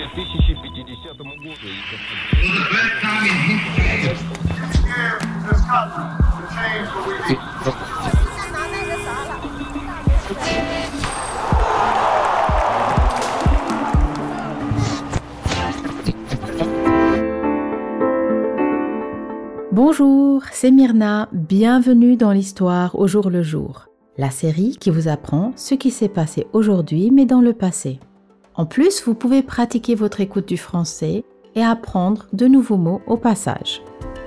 1050 году. Bonjour, c'est Myrna, bienvenue dans l'histoire au jour le jour, la série qui vous apprend ce qui s'est passé aujourd'hui mais dans le passé. En plus, vous pouvez pratiquer votre écoute du français et apprendre de nouveaux mots au passage.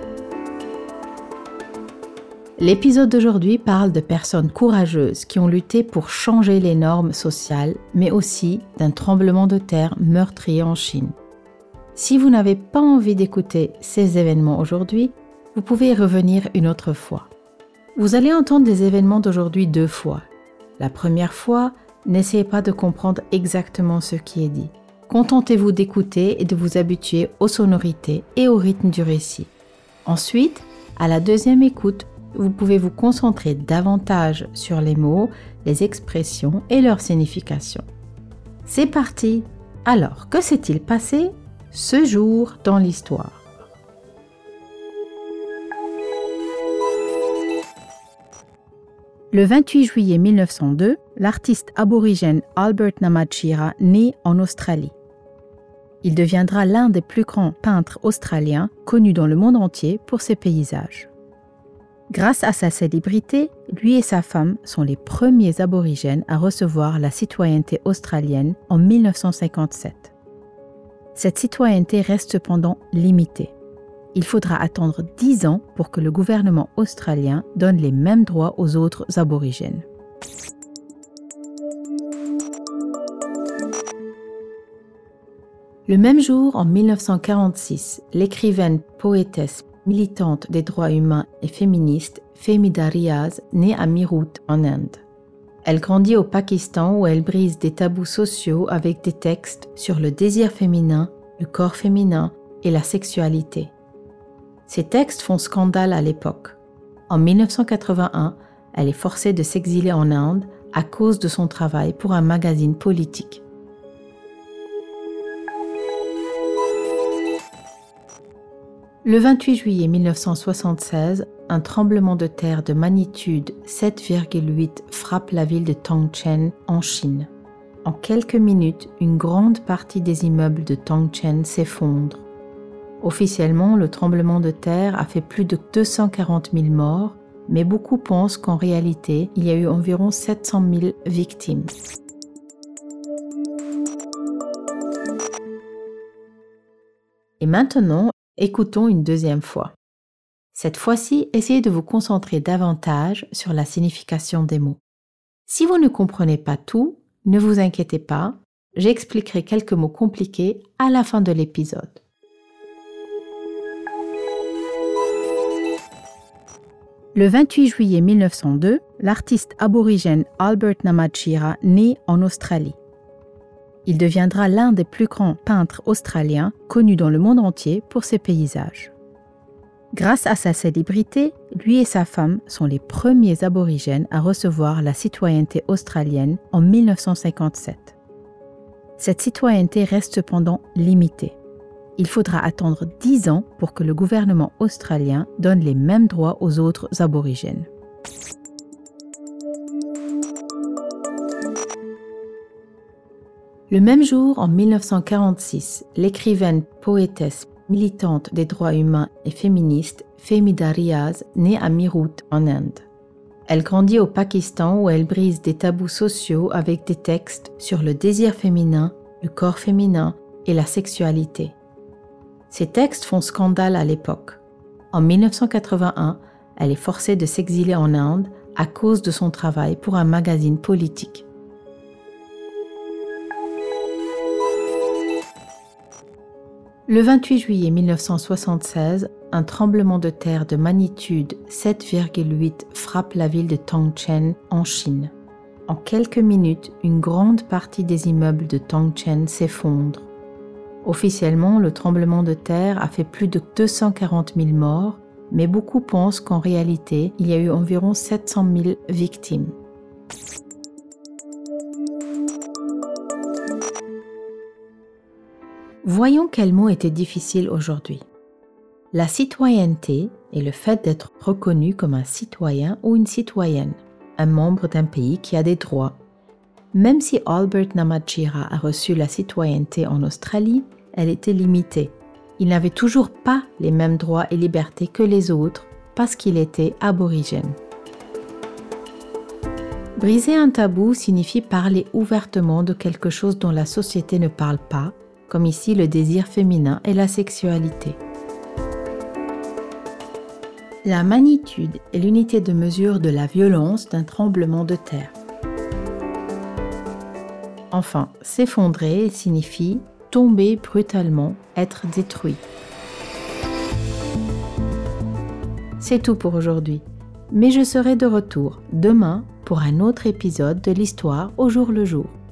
L'épisode d'aujourd'hui parle de personnes courageuses qui ont lutté pour changer les normes sociales, mais aussi d'un tremblement de terre meurtrier en Chine. Si vous n'avez pas envie d'écouter ces événements aujourd'hui, vous pouvez y revenir une autre fois. Vous allez entendre les événements d'aujourd'hui 2 fois. La première fois, n'essayez pas de comprendre exactement ce qui est dit. Contentez-vous d'écouter et de vous habituer aux sonorités et au rythme du récit. Ensuite, à la deuxième écoute, vous pouvez vous concentrer davantage sur les mots, les expressions et leur signification. C'est parti! Alors, que s'est-il passé ce jour dans l'histoire? Le 28 juillet 1902, l'artiste aborigène Albert Namatjira naît en Australie. Il deviendra l'un des plus grands peintres australiens connus dans le monde entier pour ses paysages. Grâce à sa célébrité, lui et sa femme sont les premiers aborigènes à recevoir la citoyenneté australienne en 1957. Cette citoyenneté reste cependant limitée. Il faudra attendre 10 ans pour que le gouvernement australien donne les mêmes droits aux autres aborigènes. Le même jour, en 1946, l'écrivaine, poétesse, militante des droits humains et féministe Femida Riaz naît à Meerut en Inde. Elle grandit au Pakistan où elle brise des tabous sociaux avec des textes sur le désir féminin, le corps féminin et la sexualité. Ces textes font scandale à l'époque. En 1981, elle est forcée de s'exiler en Inde à cause de son travail pour un magazine politique. Le 28 juillet 1976, un tremblement de terre de magnitude 7,8 frappe la ville de Tongcheng en Chine. En quelques minutes, une grande partie des immeubles de Tongcheng s'effondre. Officiellement, le tremblement de terre a fait plus de 240 000 morts, mais beaucoup pensent qu'en réalité, il y a eu environ 700 000 victimes. Et maintenant, écoutons une deuxième fois. Cette fois-ci, essayez de vous concentrer davantage sur la signification des mots. Si vous ne comprenez pas tout, ne vous inquiétez pas, j'expliquerai quelques mots compliqués à la fin de l'épisode. Le 28 juillet 1902, l'artiste aborigène Albert Namatjira naît en Australie. Il deviendra l'un des plus grands peintres australiens connus dans le monde entier pour ses paysages. Grâce à sa célébrité, lui et sa femme sont les premiers aborigènes à recevoir la citoyenneté australienne en 1957. Cette citoyenneté reste cependant limitée. Il faudra attendre 10 ans pour que le gouvernement australien donne les mêmes droits aux autres aborigènes. Le même jour, en 1946, l'écrivaine, poétesse, militante des droits humains et féministe Femida Riaz naît à Meerut en Inde. Elle grandit au Pakistan où elle brise des tabous sociaux avec des textes sur le désir féminin, le corps féminin et la sexualité. Ces textes font scandale à l'époque. En 1981, elle est forcée de s'exiler en Inde à cause de son travail pour un magazine politique. Le 28 juillet 1976, un tremblement de terre de magnitude 7,8 frappe la ville de Tongcheng en Chine. En quelques minutes, une grande partie des immeubles de Tongcheng s'effondre. Officiellement, le tremblement de terre a fait plus de 240 000 morts, mais beaucoup pensent qu'en réalité, il y a eu environ 700 000 victimes. Voyons quel mot était difficile aujourd'hui. La citoyenneté est le fait d'être reconnu comme un citoyen ou une citoyenne, un membre d'un pays qui a des droits. Même si Albert Namatjira a reçu la citoyenneté en Australie, elle était limitée. Il n'avait toujours pas les mêmes droits et libertés que les autres parce qu'il était aborigène. Briser un tabou signifie parler ouvertement de quelque chose dont la société ne parle pas, comme ici le désir féminin et la sexualité. La magnitude est l'unité de mesure de la violence d'un tremblement de terre. Enfin, s'effondrer signifie tomber brutalement, être détruit. C'est tout pour aujourd'hui, mais je serai de retour demain pour un autre épisode de l'histoire au jour le jour.